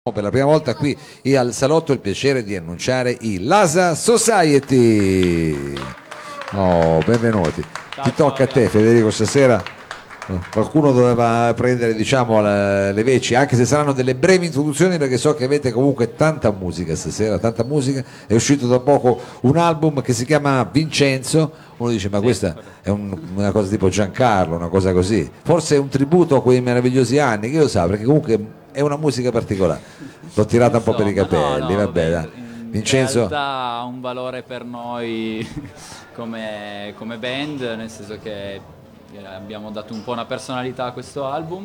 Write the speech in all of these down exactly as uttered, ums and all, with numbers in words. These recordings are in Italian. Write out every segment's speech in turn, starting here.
Per la prima volta qui al salotto il piacere di annunciare i Lasa Society. Oh, benvenuti. Ciao, Ti tocca a ciao, te, grazie. Federico, stasera. Qualcuno doveva prendere, diciamo, le, le veci, anche se saranno delle brevi introduzioni, perché so che avete comunque tanta musica stasera, tanta musica. È uscito da poco un album che si chiama Vincenzo. Uno dice, ma Sì, questa corretto. è un- una cosa tipo Giancarlo, una cosa così. Forse è un tributo a quei meravigliosi anni, che io so, perché comunque è una musica particolare. L'ho tirata un po' per i Insomma, no, capelli, no, vabbè, vabbè, in, dai. in Vincenzo, realtà ha un valore per noi come, come band, nel senso che eh, abbiamo dato un po' una personalità a questo album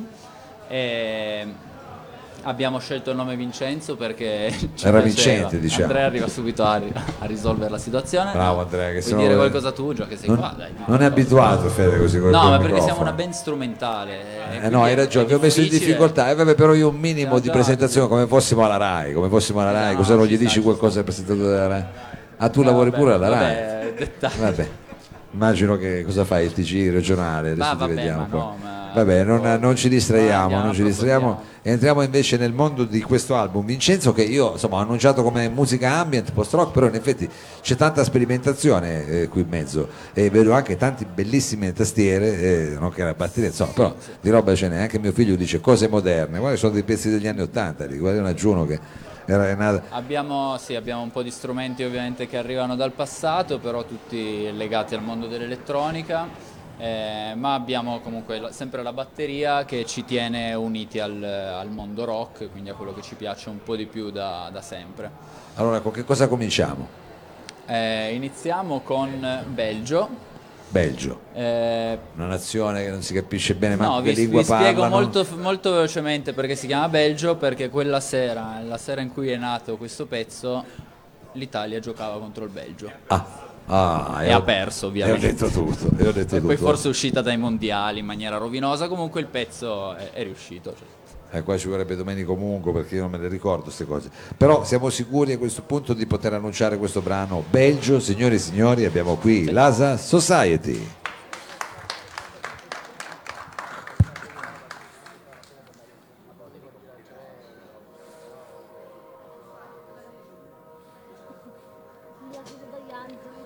e abbiamo scelto il nome Vincenzo perché ci era piaceva. vincente, diciamo. Andrea arriva subito a, ri- a risolvere la situazione. Bravo No, Andrea, che vuoi sennò dire qualcosa tu, già che sei non, qua? Dai, di non è qualcosa. abituato Fede così con No, il ma perché siamo microfono. una band strumentale. e Eh, no, quindi hai è, ragione, è vi ho messo in difficile. difficoltà. E vabbè, però io un minimo Siamo di già presentazione così. come fossimo alla Rai, come fossimo alla Rai, Esatto, cosa no, non ci gli sta, dici ci sta. qualcosa al presentatore della Rai? Ah, tu No, lavori vabbè, pure alla Rai? vabbè, dettagli. Vabbè, immagino che cosa fai, il T G regionale, Ma adesso ti vabbè, vediamo ma poi. no, ma Vabbè, non, non ci ma distraiamo, andiamo, non ci distraiamo approfondiamo. e entriamo invece nel mondo di questo album. Vincenzo, che io insomma ho annunciato come musica ambient, post-rock, però in effetti c'è tanta sperimentazione eh, qui in mezzo e vedo anche tante bellissime tastiere, eh, nonché la batteria, insomma, però Sì. di roba ce n'è. Anche mio figlio dice cose moderne, guarda, sono dei pezzi degli anni Ottanta, guarda un aggiuno che era nata. Abbiamo, sì, abbiamo un po' di strumenti ovviamente che arrivano dal passato, però tutti legati al mondo dell'elettronica. Eh, ma abbiamo comunque la- sempre la batteria che ci tiene uniti al, al mondo rock, quindi a quello che ci piace un po' di più da, da sempre. Allora, con che cosa cominciamo? Eh, iniziamo con Belgio. Belgio, Eh, una nazione che non si capisce bene No, manco che vi, lingua vi spiego parlano. molto, molto velocemente perché si chiama Belgio, perché quella sera, la sera in cui è nato questo pezzo, l'Italia giocava contro il Belgio Ah, ah, e ho, ha perso e ho ovviamente. detto tutto, e ho detto E poi tutto. forse è uscita dai mondiali in maniera rovinosa, comunque il pezzo è, è riuscito. cioè. Eh, qua ci vorrebbe Domenico Mungo perché io non me le ricordo queste cose. Però siamo sicuri a questo punto di poter annunciare questo brano Belgio, signori e signori, abbiamo qui l'Asa Society. Viaggio dagli altri.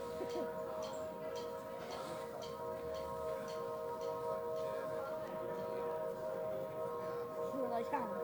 Sono lasciando.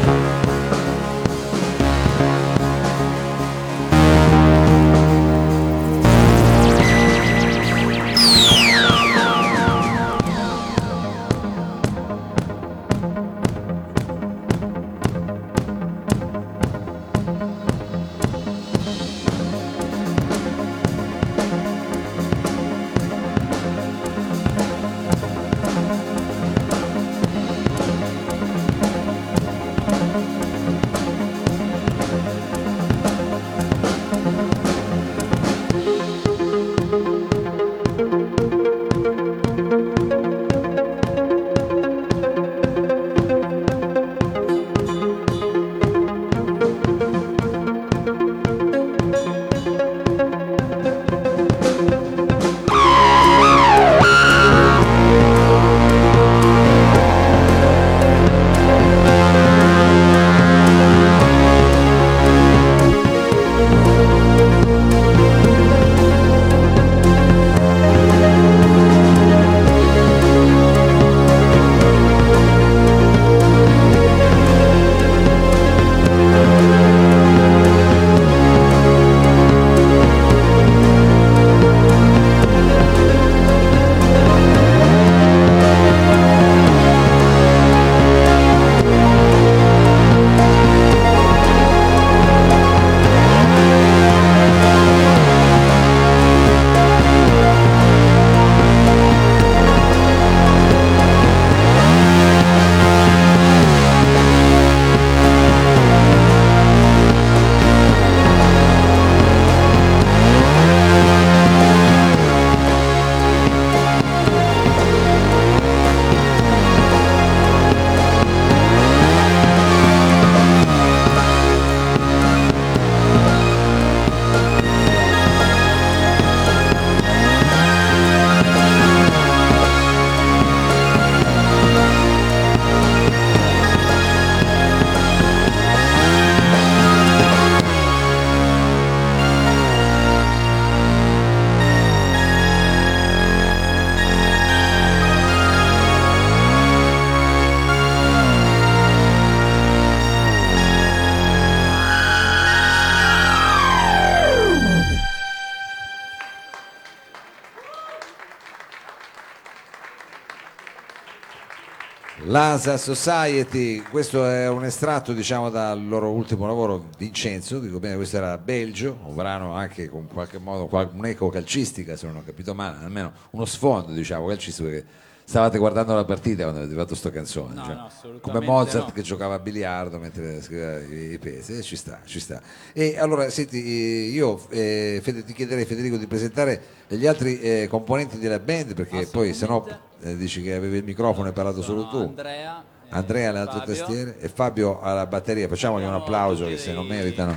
L'Asa Society, questo è un estratto diciamo dal loro ultimo lavoro, Vincenzo, dico bene, questo era Belgio, un brano anche con qualche modo qual- un'eco calcistica se non ho capito male, almeno uno sfondo diciamo calcistico, perché stavate guardando la partita quando avete fatto sta canzone, No, diciamo. no, assolutamente Come Mozart no. che giocava a biliardo mentre scriveva i, i pesi, e ci sta, ci sta. E allora senti, eh, io eh, Fede, ti chiederei Federico di presentare gli altri eh, componenti della band, perché poi se no Assolutamente. eh, dici che avevi il microfono e hai parlato solo Sono tu. Andrea, eh, Andrea all'altro Fabio. tastiere e Fabio alla batteria, facciamogli un Abbiamo applauso tutti che se non dei- meritano.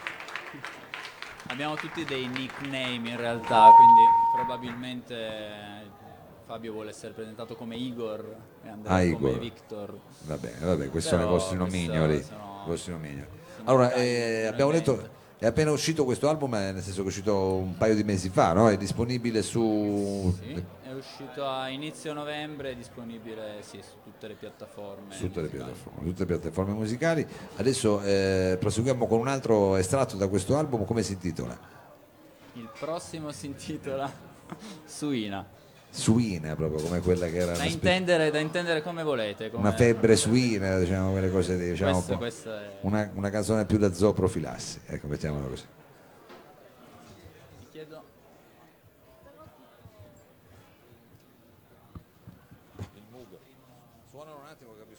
Abbiamo tutti dei nickname in realtà, quindi probabilmente eh, Fabio vuole essere presentato come Igor e Ah, Andrea come Igor. Victor. Va bene, vabbè, questi sono i Però vostri questo nomignoli. I sono, vostri nomignoli. sono Allora, dettagli eh, di una abbiamo band. detto, è appena uscito questo album, eh, nel senso che è uscito un paio di mesi fa, no? È disponibile su, Sì, è uscito a inizio novembre, è disponibile sì, su tutte le piattaforme su tutte le musicali. piattaforme, tutte le piattaforme musicali. Adesso eh, proseguiamo con un altro estratto da questo album, come si intitola? Il prossimo si intitola Suina. Suina, proprio come quella che era Da una, spe- intendere, da intendere come volete. una Come... febbre suina, diciamo quelle cose lì, diciamo un Questo, po'. questo è... Una, una canzone più da zooprofilassi, ecco, mettiamola così. Ti chiedo... Suonano un attimo, capisco.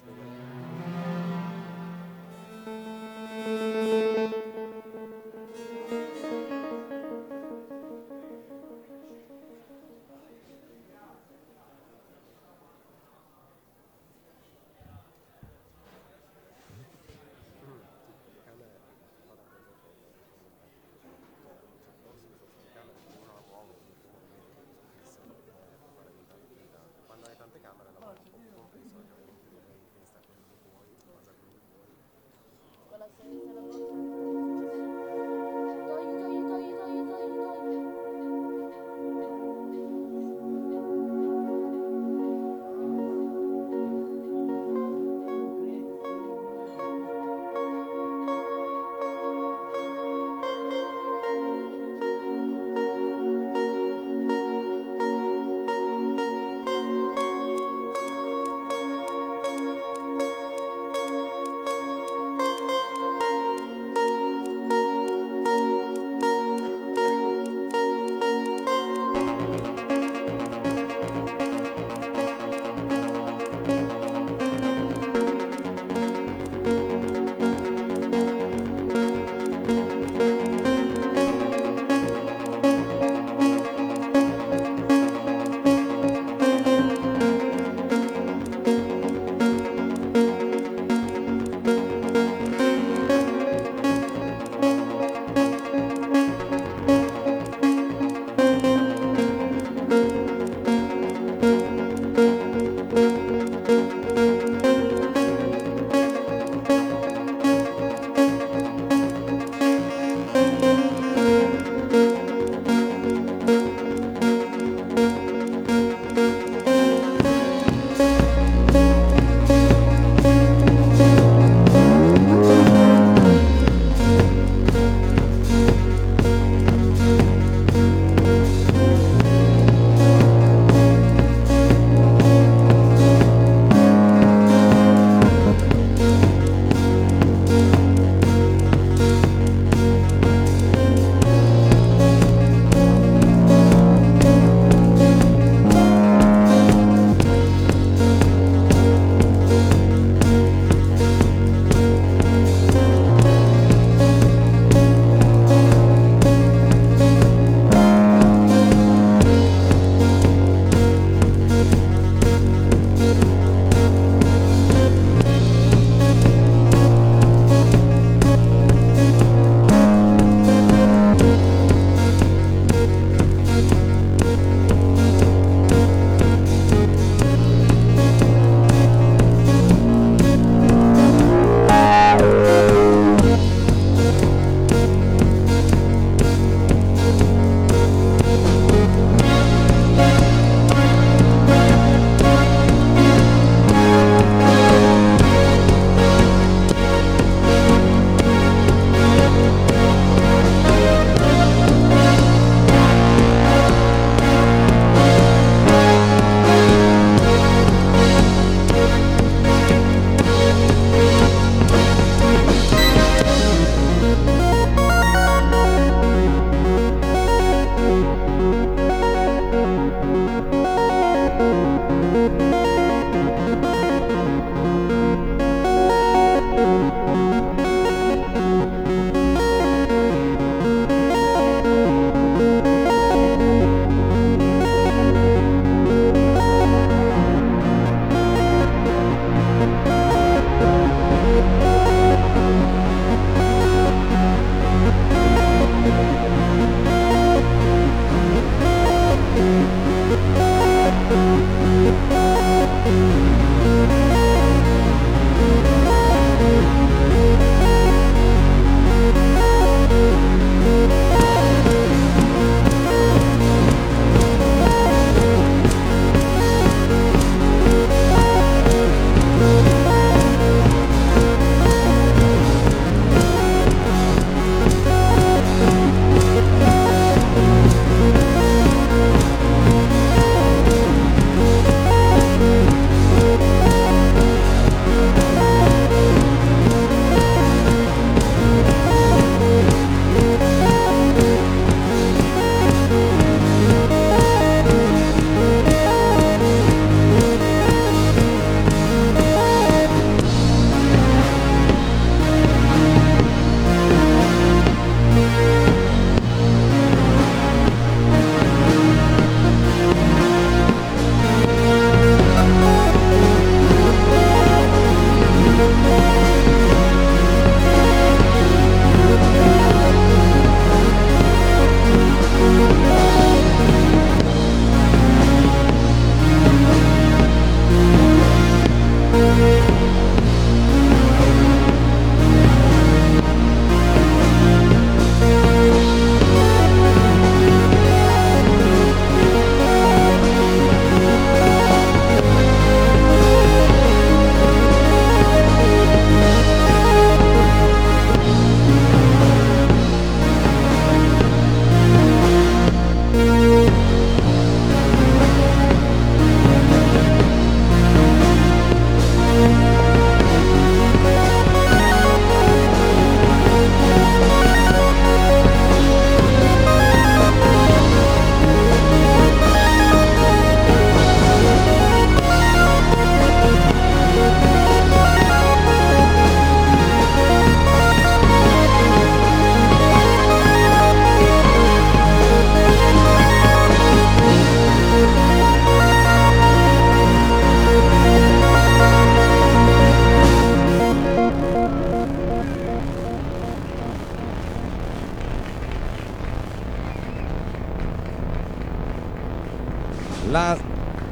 La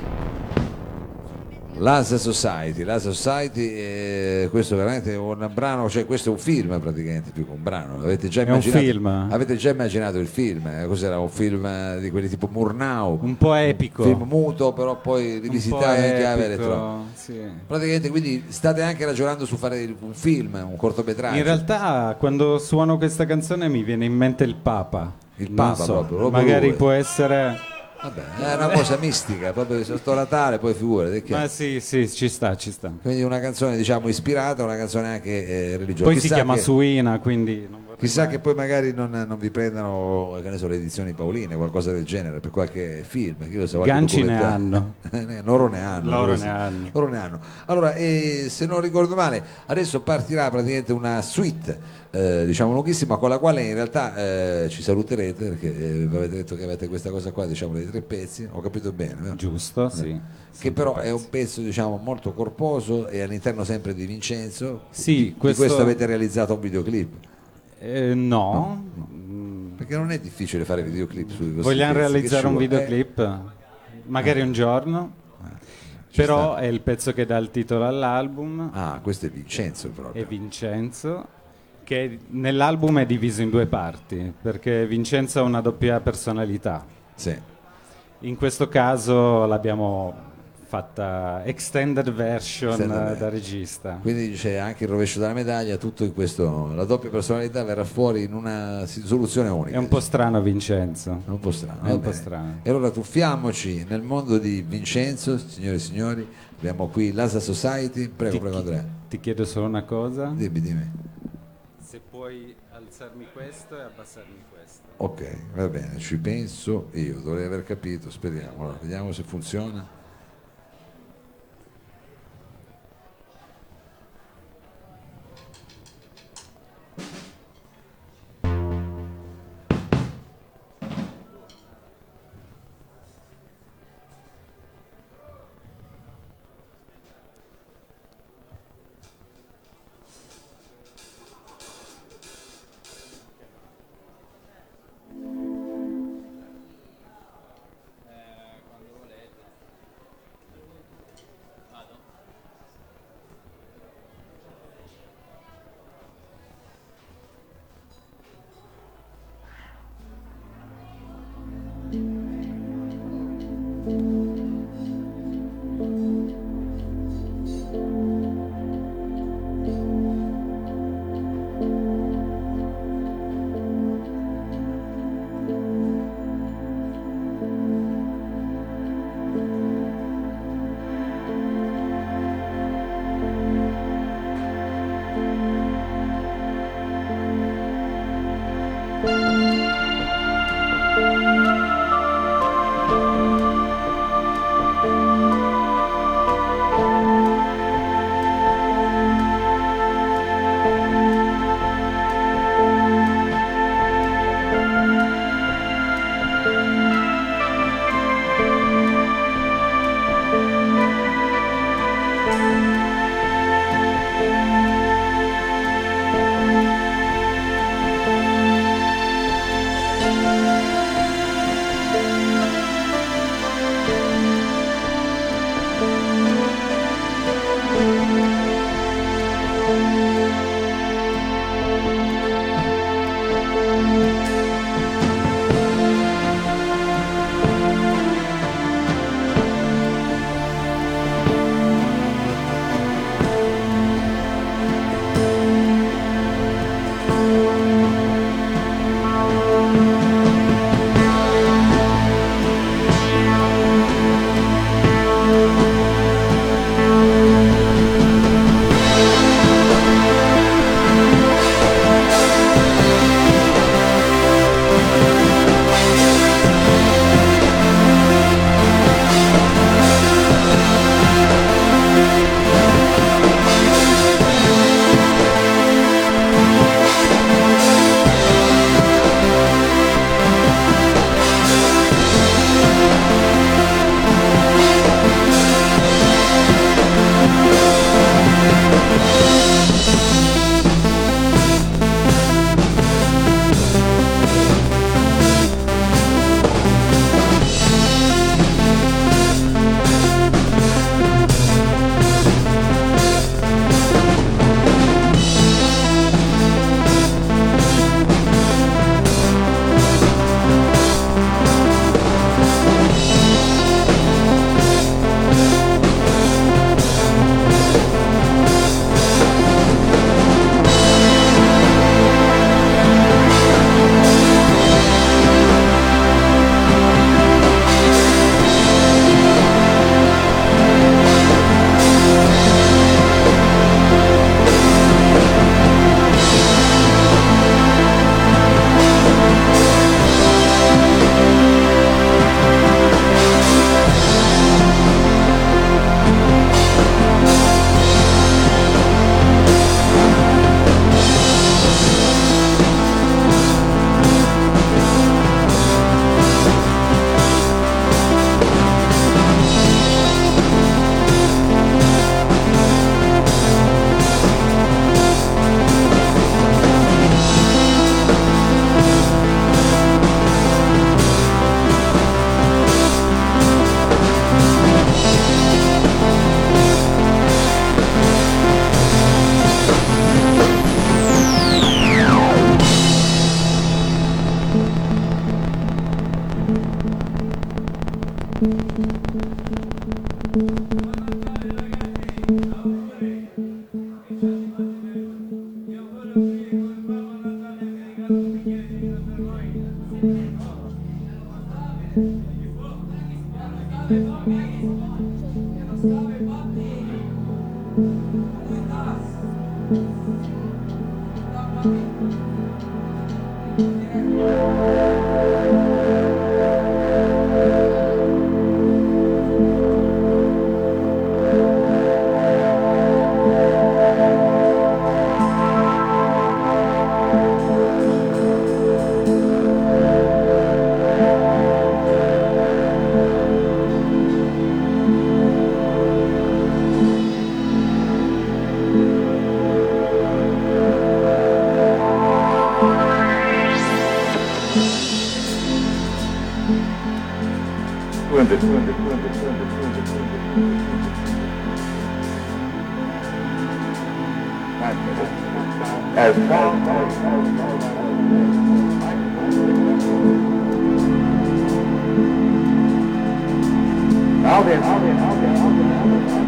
L'Asa Society, l'Asa Society eh, questo veramente è un brano, cioè questo è un film praticamente più che un brano. Avete già È un immaginato, film. avete già immaginato il film? Eh, Cos'era? Un film eh, di quelli tipo Murnau, Un po' epico. film muto però poi Un po' rivisitato in chiave epico, elettronica. sì. Praticamente quindi state anche ragionando su fare il- un film, un cortometraggio. In realtà quando suono questa canzone mi viene in mente il Papa. Il Non Papa so, proprio, proprio magari lui. può essere... Vabbè, è una cosa mistica, proprio sotto Natale, poi figurati. Che... Ma sì, sì, ci sta, ci sta. Quindi una canzone diciamo ispirata, una canzone anche eh, religiosa. Poi Chissà si chiama che... Suina, quindi non vorrei Chissà mai- che poi magari non, non vi prendano, che ne so, le edizioni Paoline, qualcosa del genere, per qualche film. Chi lo sa, qualche Ganci ne documentario. hanno. Loro ne hanno. Loro loro ne sì. hanno. Loro ne hanno. Allora, eh, se non ricordo male, adesso partirà praticamente una suite, eh, diciamo lunghissima, con la quale in realtà eh, ci saluterete, perché eh, vi avete detto che avete questa cosa qua, diciamo, dei tre pezzi, ho capito bene, vero? Giusto, sì. Che però è un pezzo diciamo molto corposo e all'interno sempre di Vincenzo. Sì, di, questo- di questo avete realizzato un videoclip. Eh, no, Mm, Perché non è difficile fare videoclip su questi vogliamo pezzi, che realizzare ci un vuole? videoclip? Magari un giorno, ci però sta. è il pezzo che dà il titolo all'album, Eh, ah, questo è Vincenzo proprio. è Vincenzo, che nell'album è diviso in due parti, perché Vincenzo ha una doppia personalità. Sì. In questo caso l'abbiamo fatta extended version Extended eh, version. da regista. Quindi c'è anche il rovescio della medaglia, tutto in questo. La doppia personalità verrà fuori in una si- soluzione unica. È un po' strano Vincenzo. È un po' strano. È va un po' bene. strano. E allora tuffiamoci nel mondo di Vincenzo, signore e signori. Abbiamo qui l'Asa Society. Prego, Ti, prego Andrea. ti chiedo solo una cosa. Dimmi, dimmi. Se puoi alzarmi questo e abbassarmi questo. Ok, va bene, ci penso io, dovrei aver capito, speriamo. Allora, vediamo se funziona. Splendid, splendid, splendid, splendid, splendid, splendid. As, now then, now then, now then, now then, now then.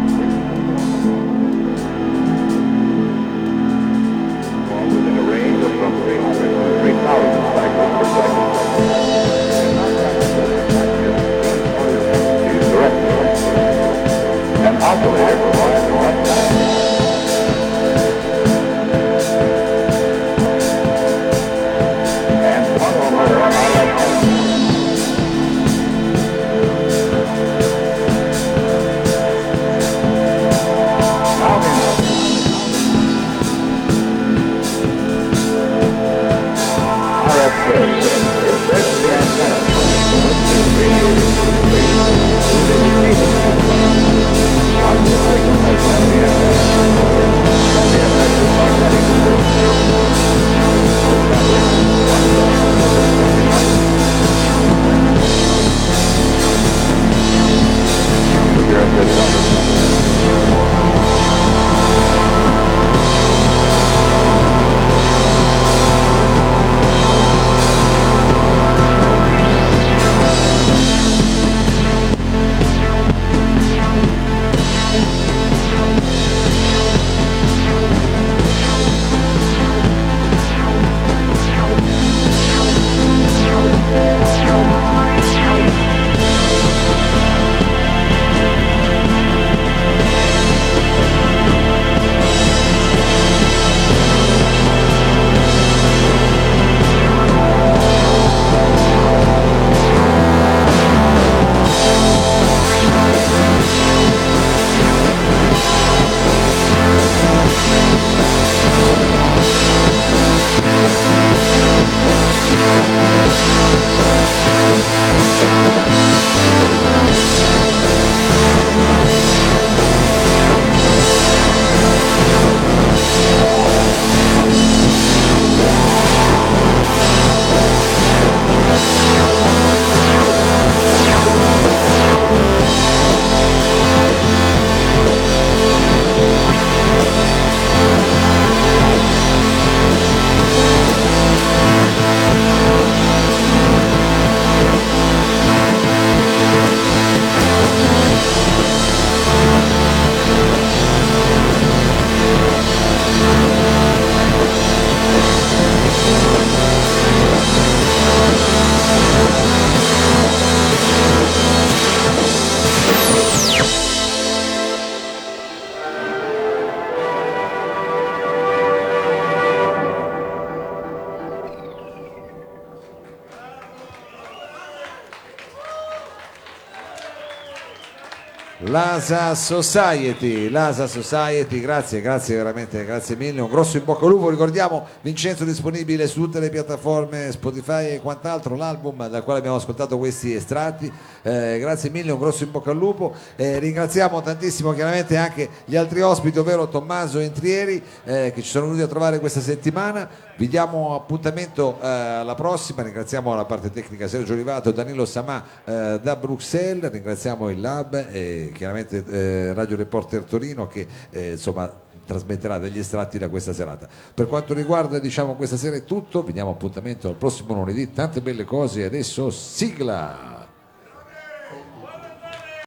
Well, within a range of some three hundred, three thousand cycles per second. An oscillator provides the right time. And one or more highlight. Now then, R F K is basically the antenna. L'Asa Society, l'Asa Society, grazie, grazie veramente, grazie mille, un grosso in bocca al lupo. Ricordiamo Vincenzo disponibile su tutte le piattaforme Spotify e quant'altro, l'album dal quale abbiamo ascoltato questi estratti, eh, grazie mille, un grosso in bocca al lupo. Eh, ringraziamo tantissimo chiaramente anche gli altri ospiti, ovvero Tommaso Entrieri, eh, che ci sono venuti a trovare questa settimana. Vi diamo appuntamento eh, alla prossima, ringraziamo la parte tecnica Sergio Rivato, Danilo Samà eh, da Bruxelles, ringraziamo il Lab e chiaramente eh, Radio Reporter Torino che eh, insomma trasmetterà degli estratti da questa serata. Per quanto riguarda diciamo questa sera è tutto, vi diamo appuntamento al prossimo lunedì, tante belle cose, adesso sigla!